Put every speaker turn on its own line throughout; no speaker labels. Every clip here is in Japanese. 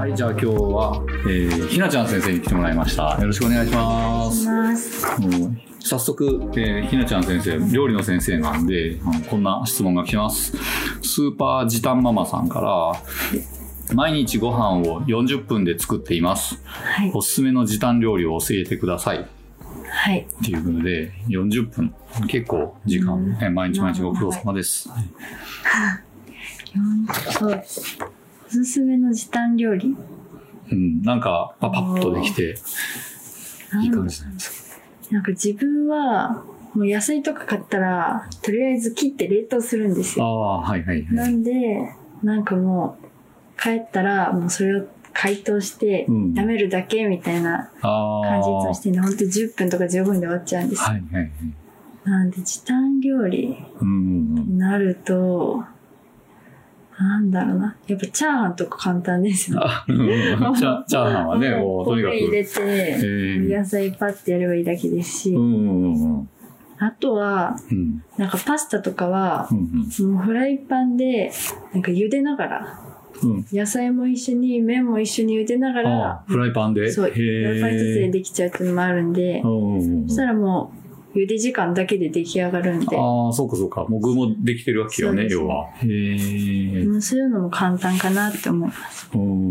はい、じゃあ今日は、ひなちゃん先生に来てもらいました。よろしくお願いします。早速、ひなちゃん先生、料理の先生なんで、こんな質問が来ます。スーパー時短ママさんから、毎日ご飯を40分で作っています。はい、おすすめの時短料理を教えてください。はい。っていうことで、40分。結構時間、毎日ご苦労様です。
そうです。おすすめの時短料理。
なんかパッとできていい感じなんですか。
なんか自分はもう野菜とか買ったらとりあえず切って冷凍するんですよ。
はいはいはい。
なんでなんかもう帰ったらもうそれを解凍して炒めるだけみたいな感じとしてね、ほんと10分とか15分で終わっちゃうんですよ。はいはいはい。なんで時短料理になると、なんだろうな。やっぱチャーハンとか簡単ですよね。
チャーハンはね、もうとにかく。
入れて、野菜パッてやればいいだけですし。あとは、なんかパスタとかは、もうフライパンで、なんか茹でながら、野菜も一緒に、麺も一緒に茹でながら、
フライパンで
そう、フライパン一つでできちゃうっていうのもあるんで、そしたらもう、茹で時間だけで出来上がるんで。
そうかそうか。もう具もできてるわけよね、要は。
そういうのも簡単かなって思います。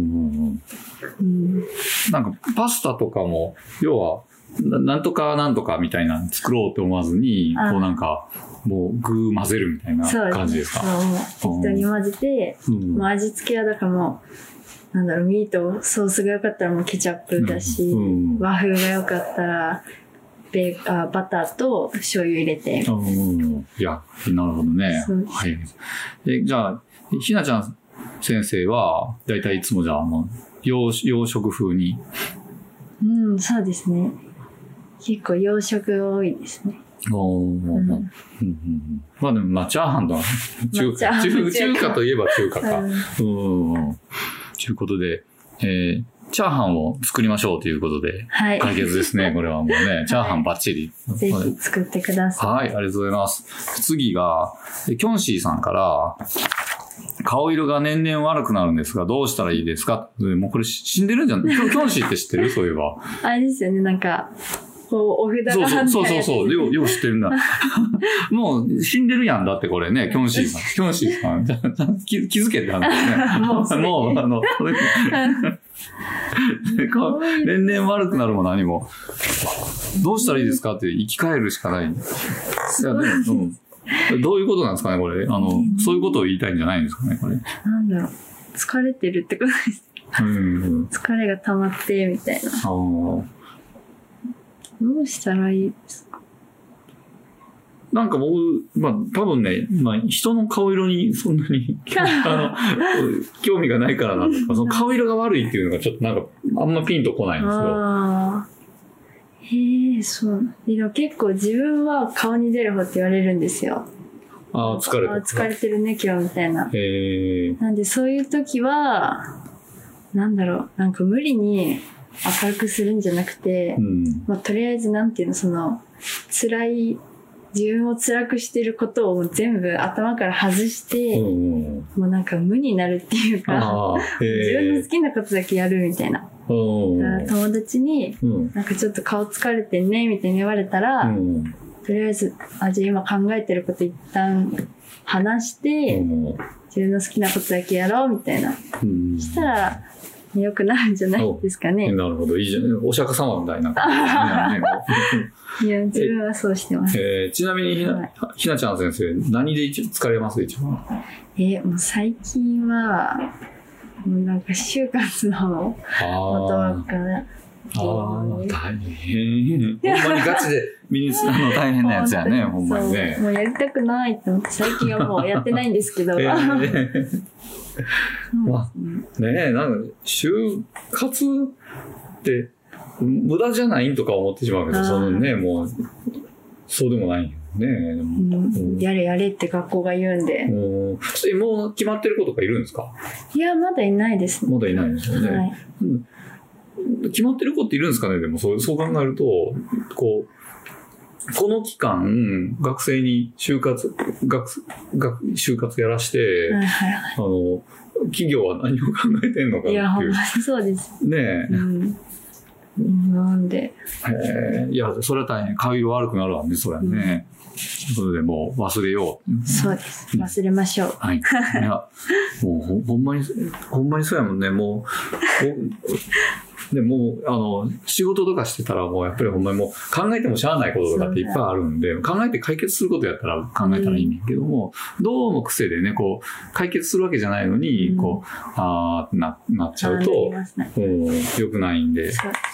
なんかパスタとかも、要は、なんとかなんとかみたいな作ろうって思わずに、こうなんか、もう具混ぜるみたいな感じですか。
そう、適当に混ぜて、もう味付けはだからもう、なんだろう、ミートソースが良かったらもうケチャップだし、和風が良かったら、バターと醤油入れて。
いや、なるほどね。はい。じゃあ、ひなちゃん先生は、だいたいいつもじゃあ、洋食風に。
そうですね。結構洋食が多いですね。
まあでも、チャーハンとは中華といえば中華か。ということで、チャーハンを作りましょうということで、解決ですね。これはもうね、チャーハンバッチリ。
ぜひ作ってください。
はい、ありがとうございます。次が、キョンシーさんから、顔色が年々悪くなるんですが、どうしたらいいですか？もうこれ死んでるんじゃん。キョンシーって知ってる？そういえば。
あれですよね、なんか、お札が貼って
そう。よう知ってるんだ。もう死んでるやんだってこれね、キョンシーさん。キョンシーさん。気づけって話ね。もう、年々悪くなるも何も。どうしたらいいですかって生き返るしかない。いや、でも、どういうことなんですかね、これ。そういうことを言いたいんじゃないんですかね、これ。
なんだろう。疲れてるってことです。疲れが溜まって、みたいな。どうしたらいいですか？
なんか僕、多分ね、人の顔色にそんなに興味がないからなんとか、その顔色が悪いっていうのがちょっとなんかあんまピンとこないんですよ。
そう。でも結構自分は顔に出る方って言われるんですよ。疲れてるね今日みたいな。なんでそういう時は、なんだろう、なんか無理に明るくするんじゃなくて、とりあえずなんていうの、その辛い自分を辛くしてることを全部頭から外して、もうなんか無になるっていうか、自分の好きなことだけやるみたいな。友達に、なんかちょっと顔疲れてんねみたいに言われたら、とりあえず、じゃあ今考えてること一旦話して、自分の好きなことだけやろうみたいな。そしたら、良くなるんじゃないですかね。
なるほど。いいじゃん。お釈迦様みたいな。
いや、自分はそうしてます。
ちなみにひなちゃん先生、何で疲れます一番？
もう最近は、もうなんか就活のことばっかな。
大変。ほんまにガチで身につくの大変なやつやね、ほんまにね。
もうやりたくないって思って、最近はもうやってないんですけど。
なんか就活って無駄じゃないんとか思ってしまうけど、そのね、もう、そうでもないよね。
やれやれって学校が言うんで。
もう決まってる子とかいるんですか？
いや、まだいないですね。
まだいないんですよね。決まってる子っているんですかね。でもそう考えると、この期間、学生に就活やらして、 企業は何を考えてんのかっていう。
いや、ほんまにそうです。
ねえ。
なんで。
いや、それは大変。顔色悪くなるわね、それはね。それでもう忘れよう。
そうです。忘れましょう。
はい。いや、もうほんまにそうやもんね。もう、でも仕事とかしてたらもうやっぱりほんまにもう考えてもしゃあないこととかっていっぱいあるんで、考えて解決することやったら考えたらいいんだけども、どうも癖でね、こう、解決するわけじゃないのに、こう、なっちゃうと、良くないんで、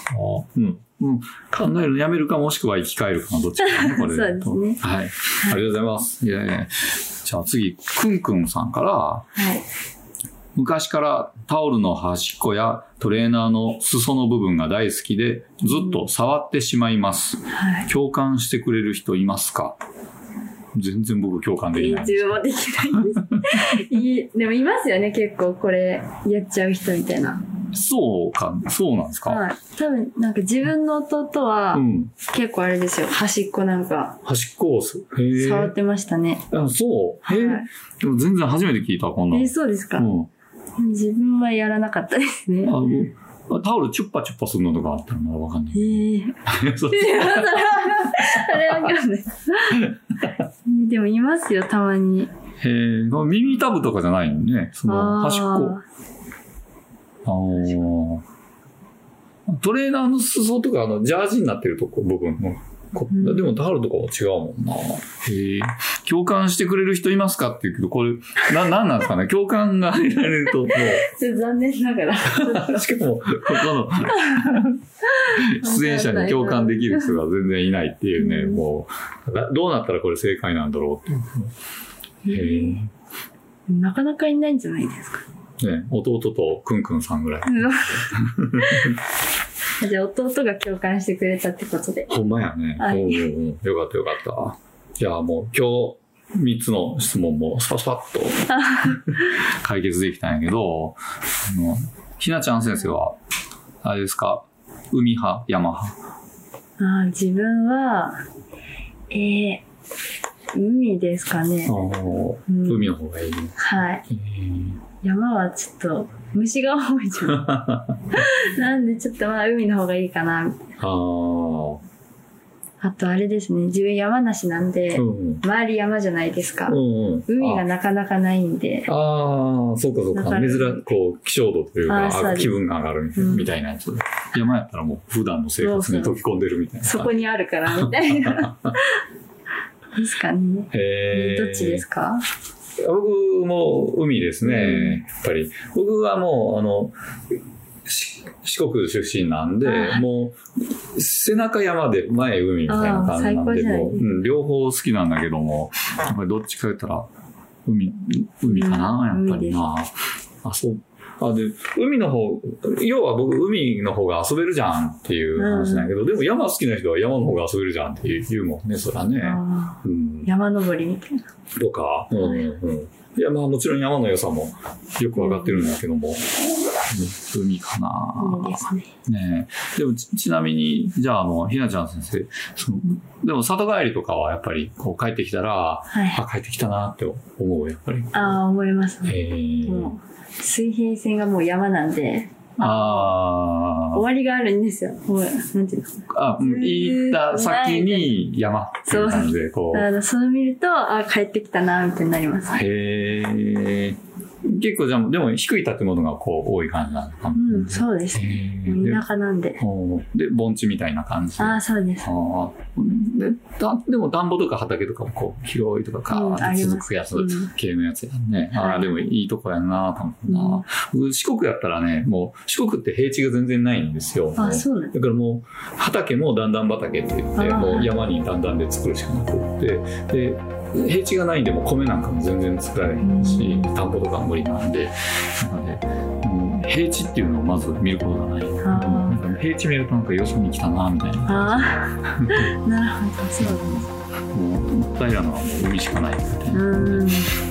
考えるのやめるかもしくは生き返るかのどっちかね、これ。
そうですね。
はい。ありがとうございます。じゃあ次、くんくんさんから、はい。昔からタオルの端っこやトレーナーの裾の部分が大好きでずっと触ってしまいます。はい、共感してくれる人いますか？全然僕共感できない。
自分もできないです。でもいますよね、結構これやっちゃう人みたいな。そう
なんですか？
はい。多分なんか自分の弟は結構あれですよ、端っこなんか。
端っこを
触ってましたね。
そう。はい。でも全然初めて聞いた、こんな。
そうですか。自分はやらなかったですね。
タオルチュッパチュッパするのとかあったらまだわかんない。
それはわかんない。でもいますよ、たまに。
耳たぶとかじゃないのね。その端っこ。トレーナーの裾とかジャージになってるとこ部分の。でもタオルとかは違うもんな。共感してくれる人いますかって言うけど、これ、なんなんですかね。共感が得られると、もう。
残念ながら。
しかも、ここの、出演者に共感できる人が全然いないっていうね、もう、どうなったらこれ正解なんだろうっていう。
なかなかいないんじゃないですか。
ね、弟とくんくんさんぐらい。
じゃあ弟が共感してくれたってことで。
ほんまやね。よかったよかった。じゃあもう今日3つの質問もスパスパッと解決できたんやけど、ひなちゃん先生は、あれですか、海派、山派？
自分は、海ですかね。
海の方がいい。
はい。山はちょっと虫が多いじゃん。なんでちょっと海の方がいいかなみたいな。あとあれですね、自分山梨なんで、周り山じゃないですか。海がなかなかないんで。
そうか。こう、気象度というか、気分が上がるみたいなやつ。山やったらもう普段の生活に溶け込んでるみたいな。
そこにあるからみたいな。ですかね。どっちですか？
僕も海ですね、やっぱり。僕はもう、四国出身なんで、もう、背中山で前海みたいな感じなんで、もう、両方好きなんだけども、やっぱりどっちか言ったら、海かな、やっぱりな。で、海の方、要は僕、海の方が遊べるじゃんっていう話なんやけど、でも山好きな人は山の方が遊べるじゃんって言うもんね、そらね。
山登りみたいな。
とか、いや、まあもちろん山の良さもよくわかってるんだけども、海かな。
海ですね。
ねえ。でもちなみに、じゃあひなちゃん先生、でも里帰りとかはやっぱりこう帰ってきたら、帰ってきたなって思う、やっぱり。
思いますね。水平線がもう山なんで、終わりがあるんですよ。なんていうの？
行った先に山っていう感じで、こう。
そう見ると、帰ってきたな、みたいになります。
結構じゃあ、でも低い建物がこう多い感じなんですか？
そうですね。田舎なんで。
で、盆地みたいな感じ。
そうです。
でも田んぼとか畑とかもこう広いとか続くやつ系のやつやんね。でもいいとこやなと思うな。僕四国やったらね、もう四国って平地が全然ないんですよ。
そうなん
だからもう畑も段々畑って言って、もう山に段々で作るしかなくって、で、平地がないんでも米なんかも全然作られないし、田んぼとかも無理なんで、平地っていうのをまず見ることがない。平地見るとなんかよそに来たなみたいな。
なるほど、そうなんです。
もう平らのはもう海しかないみたいな。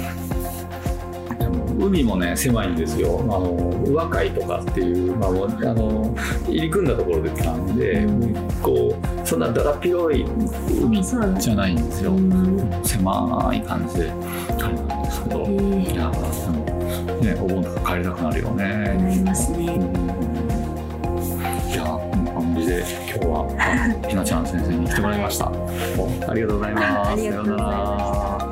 海もね狭いんですよ。宇和海とかっていう、入り組んだところで来たんで、こうそんなだら広い海じゃないんですよ。狭い感じであれなんですけど、いやね、お盆とか帰りたくなるよね。
思いますね。
じゃあこんな感じで今日はひなちゃん先生に来てもらいました。ありがとうございます。
ありがとうございました。